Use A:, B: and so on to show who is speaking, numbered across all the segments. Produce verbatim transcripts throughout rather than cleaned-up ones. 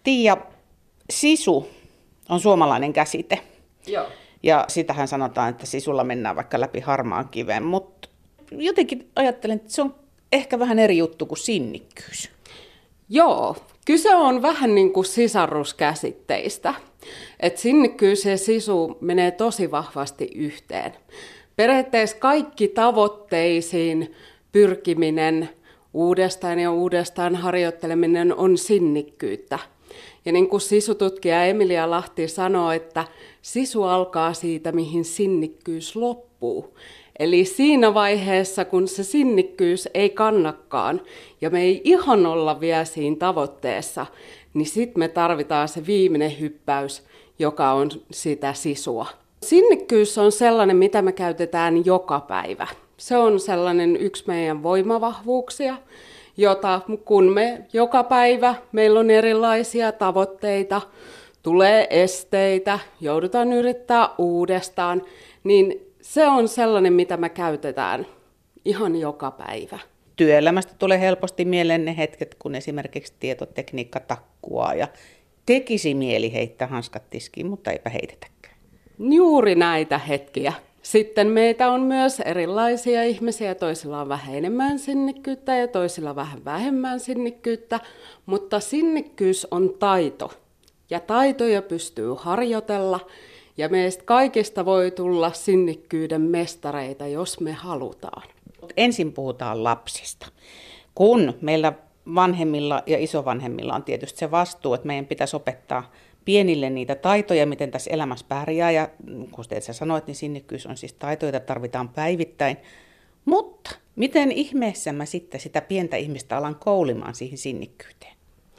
A: Tiia, sisu on suomalainen käsite.
B: Joo.
A: Ja sitähän sanotaan, että sisulla mennään vaikka läpi harmaan kiven, mutta jotenkin ajattelen, että se on ehkä vähän eri juttu kuin sinnikkyys.
B: Joo, kyse on vähän niin kuin sisaruskäsitteistä. Et sinnikkyys ja sisu menee tosi vahvasti yhteen. Periaatteessa kaikki tavoitteisiin pyrkiminen, uudestaan ja uudestaan harjoitteleminen on sinnikkyyttä. Ja niin kuin sisututkija Emilia Lahti sanoo, että sisu alkaa siitä, mihin sinnikkyys loppuu. Eli siinä vaiheessa, kun se sinnikkyys ei kannakaan ja me ei ihan olla vielä siinä tavoitteessa, niin sitten me tarvitaan se viimeinen hyppäys, joka on sitä sisua. Sinnikkyys on sellainen, mitä me käytetään joka päivä. Se on sellainen yksi meidän voimavahvuuksia, jota kun me joka päivä, meillä on erilaisia tavoitteita, tulee esteitä, joudutaan yrittää uudestaan, niin se on sellainen, mitä me käytetään ihan joka päivä.
A: Työelämästä tulee helposti mieleen ne hetket, kun esimerkiksi tietotekniikka takkuaa ja tekisi mieli heittää hanskat tiskiin, mutta eipä heitetäkään.
B: Juuri näitä hetkiä. Sitten meitä on myös erilaisia ihmisiä, toisilla on vähän enemmän sinnikkyyttä ja toisilla vähän vähemmän sinnikkyyttä, mutta sinnikkyys on taito ja taitoja pystyy harjoitella ja meistä kaikista voi tulla sinnikkyyden mestareita, jos me halutaan.
A: Ensin puhutaan lapsista. Kun meillä vanhemmilla ja isovanhemmilla on tietysti se vastuu, että meidän pitäisi opettaa pienille niitä taitoja, miten tässä elämässä pärjää. Ja kuten sä sanoit, niin sinnikkyys on siis taitoja, joita tarvitaan päivittäin. Mutta miten ihmeessä mä sitten sitä pientä ihmistä alan koulimaan siihen sinnikkyyteen?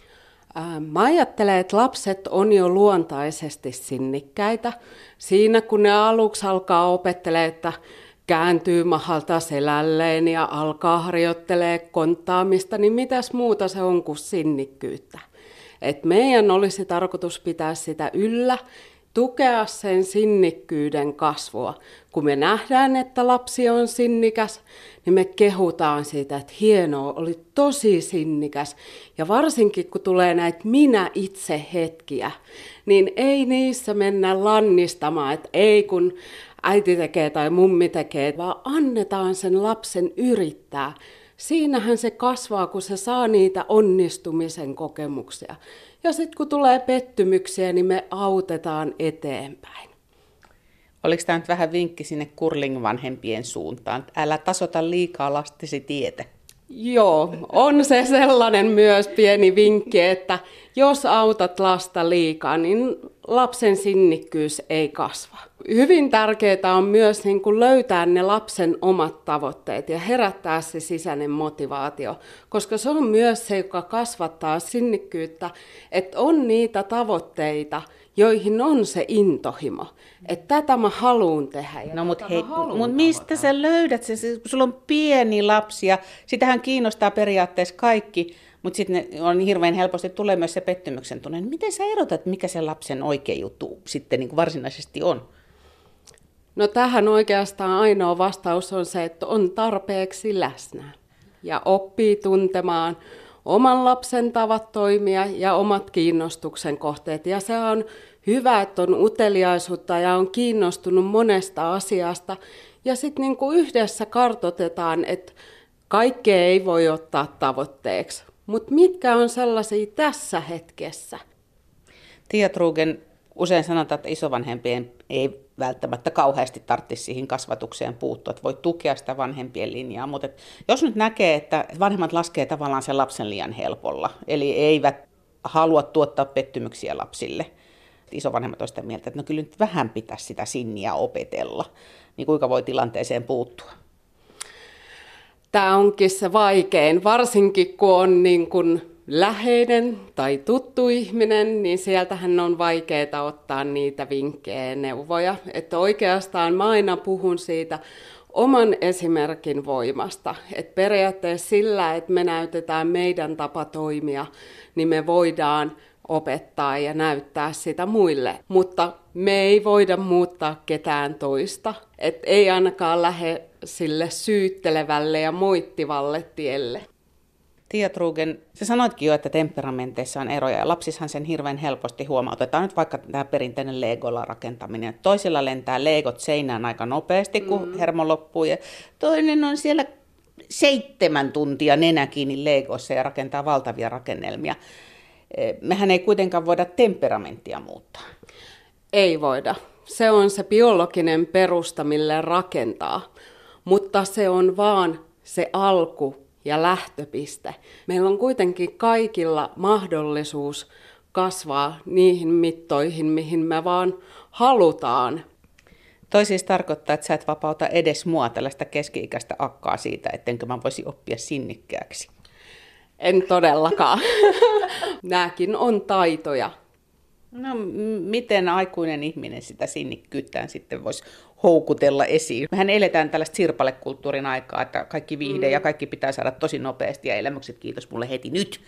B: Mä ajattelen, että lapset on jo luontaisesti sinnikkäitä. Siinä kun ne aluksi alkaa opettelemaan, että kääntyy mahalta selälleen ja alkaa harjoittelee konttaamista, niin mitäs muuta se on kuin sinnikkyyttä. Et meidän olisi tarkoitus pitää sitä yllä, tukea sen sinnikkyyden kasvua. Kun me nähdään, että lapsi on sinnikäs, niin me kehutaan siitä, että hienoa, oli tosi sinnikäs. Ja varsinkin kun tulee näitä minä itse hetkiä, niin ei niissä mennä lannistamaan, että ei kun äiti tekee tai mummi tekee, vaan annetaan sen lapsen yrittää. Siinähän se kasvaa, kun se saa niitä onnistumisen kokemuksia. Ja sitten kun tulee pettymyksiä, niin me autetaan eteenpäin.
A: Oliko tämä nyt vähän vinkki sinne curling-vanhempien suuntaan? Älä tasota liikaa lastesi tietä.
B: Joo, on se sellainen myös pieni vinkki, että jos autat lasta liikaa, niin lapsen sinnikkyys ei kasva. Hyvin tärkeää on myös niin kuin löytää ne lapsen omat tavoitteet ja herättää se sisäinen motivaatio, koska se on myös se, joka kasvattaa sinnikkyyttä, että on niitä tavoitteita, joihin on se intohimo. Että tätä mä haluun tehdä.
A: No mutta hei, mut mistä sä löydät sen? Sulla on pieni lapsi ja sitähän kiinnostaa periaatteessa kaikki, mutta sitten on hirveän helposti tulee myös se pettymyksen tunne. Miten sä erotat, mikä se lapsen oikea juttu sitten niin kuin varsinaisesti on?
B: No tähän oikeastaan ainoa vastaus on se, että on tarpeeksi läsnä ja oppii tuntemaan oman lapsen tavat toimia ja omat kiinnostuksen kohteet. Ja se on hyvä, että on uteliaisuutta ja on kiinnostunut monesta asiasta. Ja sitten niin kuin yhdessä kartoitetaan, että kaikkea ei voi ottaa tavoitteeksi. Mutta mitkä on sellaisia tässä hetkessä?
A: Tiia Trugen, usein sanotaan, että isovanhempien ei välttämättä kauheasti tarvitsisi siihen kasvatukseen puuttua, että voi tukea sitä vanhempien linjaa, mutta jos nyt näkee, että vanhemmat laskee tavallaan sen lapsen liian helpolla, eli eivät halua tuottaa pettymyksiä lapsille, isovanhemmat on sitä mieltä, että no kyllä nyt vähän pitäisi sitä sinniä opetella, niin kuinka voi tilanteeseen puuttua?
B: Tämä onkin se vaikein, varsinkin kun on niin kuin läheinen tai tuttu ihminen, niin sieltähän on vaikeaa ottaa niitä vinkkejä ja neuvoja. Että oikeastaan mä aina puhun siitä oman esimerkin voimasta. Että periaatteessa sillä, että me näytetään meidän tapa toimia, niin me voidaan opettaa ja näyttää sitä muille. Mutta me ei voida muuttaa ketään toista. Että ei ainakaan lähde sille syyttelevälle ja moittivalle tielle.
A: Tiia Trugen, sä sanoitkin jo, että temperamenteissa on eroja ja lapsissahan sen hirveän helposti huomaa. Otetaan nyt vaikka tämä perinteinen Legolla rakentaminen. Toisella lentää legot seinään aika nopeasti, kun mm. hermo loppuu ja toinen on siellä seitsemän tuntia nenä kiinni Legossa ja rakentaa valtavia rakennelmia. Mehän ei kuitenkaan voida temperamenttia muuttaa.
B: Ei voida. Se on se biologinen perusta, mille rakentaa, mutta se on vaan se alku ja lähtöpiste. Meillä on kuitenkin kaikilla mahdollisuus kasvaa niihin mittoihin, mihin me vaan halutaan.
A: Toi siis tarkoittaa, että sä et vapauta edes mua tällaista keski-ikäistä akkaa siitä, ettenkö mä voisi oppia sinnikkääksi.
B: En todellakaan. Nämäkin on taitoja.
A: No m- miten aikuinen ihminen sitä sinnikkyyttään sitten voisi houkutella esiin? Mehän eletään tällaista sirpalekulttuurin aikaa, että kaikki viihde mm. ja kaikki pitää saada tosi nopeasti ja elämykset kiitos mulle heti nyt.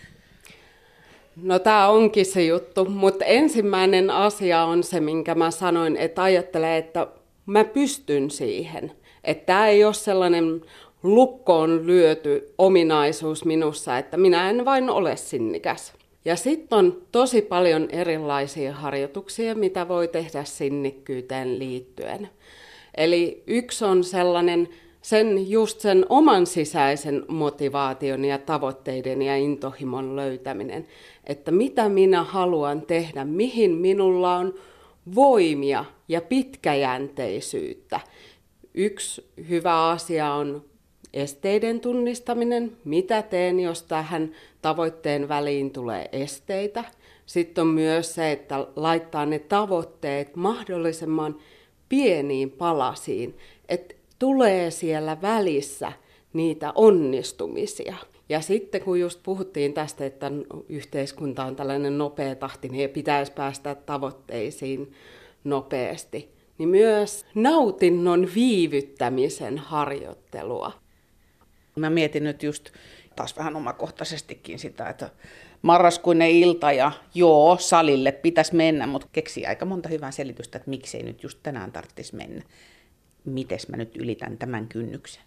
B: No tämä onkin se juttu, mutta ensimmäinen asia on se, minkä mä sanoin, että ajattelen, että mä pystyn siihen. Että tämä ei ole sellainen lukkoon lyöty ominaisuus minussa, että minä en vain ole sinnikäs. Ja sitten on tosi paljon erilaisia harjoituksia, mitä voi tehdä sinnikkyyteen liittyen. Eli yksi on sellainen, sen just sen oman sisäisen motivaation ja tavoitteiden ja intohimon löytäminen, että mitä minä haluan tehdä, mihin minulla on voimia ja pitkäjänteisyyttä. Yksi hyvä asia on esteiden tunnistaminen, mitä teen, jos tähän tavoitteen väliin tulee esteitä. Sitten on myös se, että laittaa ne tavoitteet mahdollisimman pieniin palasiin, että tulee siellä välissä niitä onnistumisia. Ja sitten kun just puhuttiin tästä, että yhteiskunta on tällainen nopeatahtinen ja pitäisi päästä tavoitteisiin nopeasti, niin myös nautinnon viivyttämisen harjoittelua.
A: Mä mietin nyt just taas vähän omakohtaisestikin sitä, että marraskuinen ilta ja joo, salille pitäisi mennä, mutta keksii aika monta hyvää selitystä, että miksei nyt just tänään tarvitsisi mennä. Mites mä nyt ylitän tämän kynnyksen?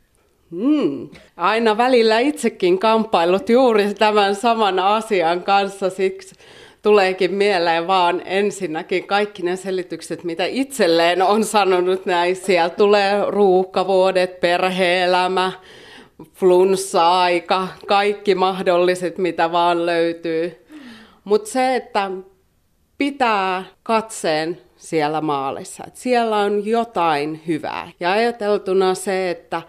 B: Hmm. Aina välillä itsekin kamppailut juuri tämän saman asian kanssa, siksi tuleekin mieleen vaan ensinnäkin kaikki ne selitykset, mitä itselleen on sanonut näin. Siellä tulee ruuhkavuodet, perhe-elämä, flunssa-aika, kaikki mahdolliset, mitä vaan löytyy. Mutta se, että pitää katseen siellä maalissa, että siellä on jotain hyvää. Ja ajateltuna se, että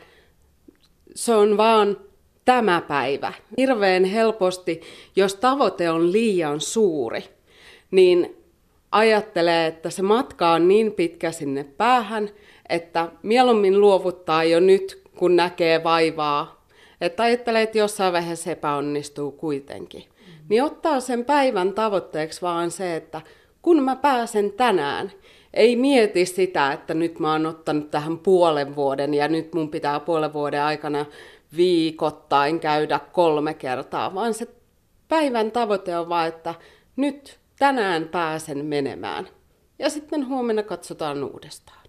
B: se on vaan tämä päivä. Hirveän helposti, jos tavoite on liian suuri, niin ajattelee, että se matka on niin pitkä sinne päähän, että mieluummin luovuttaa jo nyt, kun näkee vaivaa. Että ajattelee, että jossain vaiheessa epäonnistuu kuitenkin. Niin ottaa sen päivän tavoitteeksi vaan se, että kun mä pääsen tänään, ei mieti sitä, että nyt mä oon ottanut tähän puolen vuoden ja nyt mun pitää puolen vuoden aikana viikoittain käydä kolme kertaa, vaan se päivän tavoite on vaan, että nyt tänään pääsen menemään. Ja sitten huomenna katsotaan uudestaan.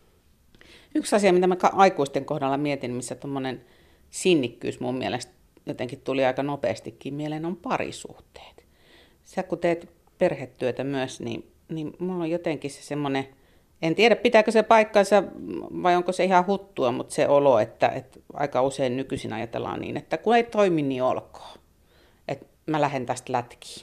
A: Yksi asia, mitä mä aikuisten kohdalla mietin, missä tuommoinen sinnikkyys mun mielestä jotenkin tuli aika nopeastikin mieleen, on parisuhteet. Sä kun teet perhetyötä myös, niin, niin mulla on jotenkin se semmoinen, en tiedä pitääkö se paikkansa vai onko se ihan huttua, mutta se olo, että, että aika usein nykyisin ajatellaan niin, että kun ei toimi, niin olkoon. Että mä lähden tästä lätkiin.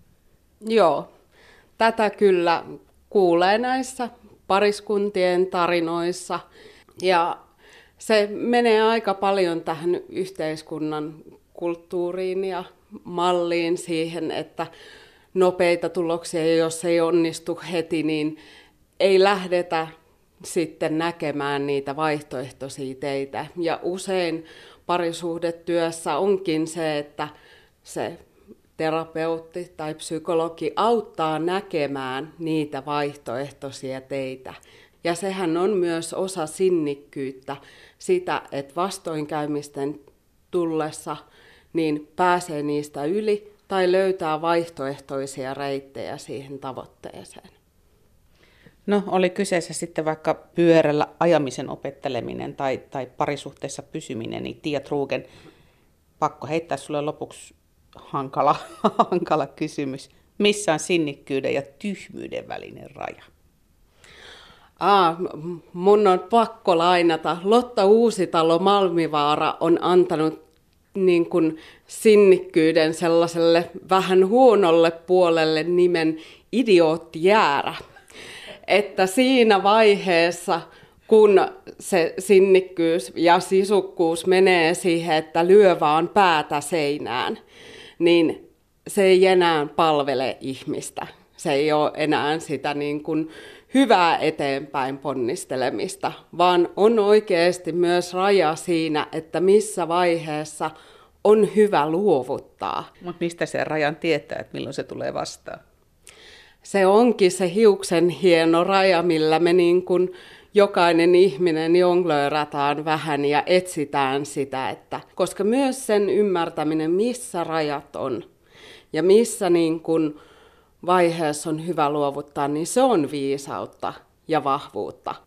B: Joo, tätä kyllä kuulee näissä pariskuntien tarinoissa. Ja se menee aika paljon tähän yhteiskunnan kulttuuriin ja malliin siihen, että nopeita tuloksia, jos ei onnistu heti, niin ei lähdetä sitten näkemään niitä vaihtoehtoisia teitä. Ja usein parisuhdetyössä onkin se, että se terapeutti tai psykologi auttaa näkemään niitä vaihtoehtoisia teitä. Ja sehän on myös osa sinnikkyyttä, sitä, että vastoinkäymisten tullessa niin pääsee niistä yli tai löytää vaihtoehtoisia reittejä siihen tavoitteeseen.
A: No, oli kyseessä sitten vaikka pyörällä ajamisen opetteleminen tai, tai parisuhteessa pysyminen, niin Tiia Trugen, Pakko heittää sulle lopuksi hankala, hankala kysymys. Missä on sinnikkyyden ja tyhmyyden välinen raja?
B: Aa, mun on pakko lainata. Lotta Uusitalo Malmivaara on antanut niin kuin sinnikkyyden sellaiselle vähän huonolle puolelle nimen idioottijäärä. Että siinä vaiheessa, kun se sinnikkyys ja sisukkuus menee siihen, että lyö vaan päätä seinään, niin se ei enää palvele ihmistä. Se ei ole enää sitä niin kuin hyvää eteenpäin ponnistelemista, vaan on oikeasti myös raja siinä, että missä vaiheessa on hyvä luovuttaa.
A: Mutta mistä se rajan tietää, että milloin se tulee vastaan?
B: Se onkin se hiuksen hieno raja, millä me niin kuin jokainen ihminen jonglöörataan vähän ja etsitään sitä, että, koska myös sen ymmärtäminen, missä rajat on ja missä niin kuin vaiheessa on hyvä luovuttaa, niin se on viisautta ja vahvuutta.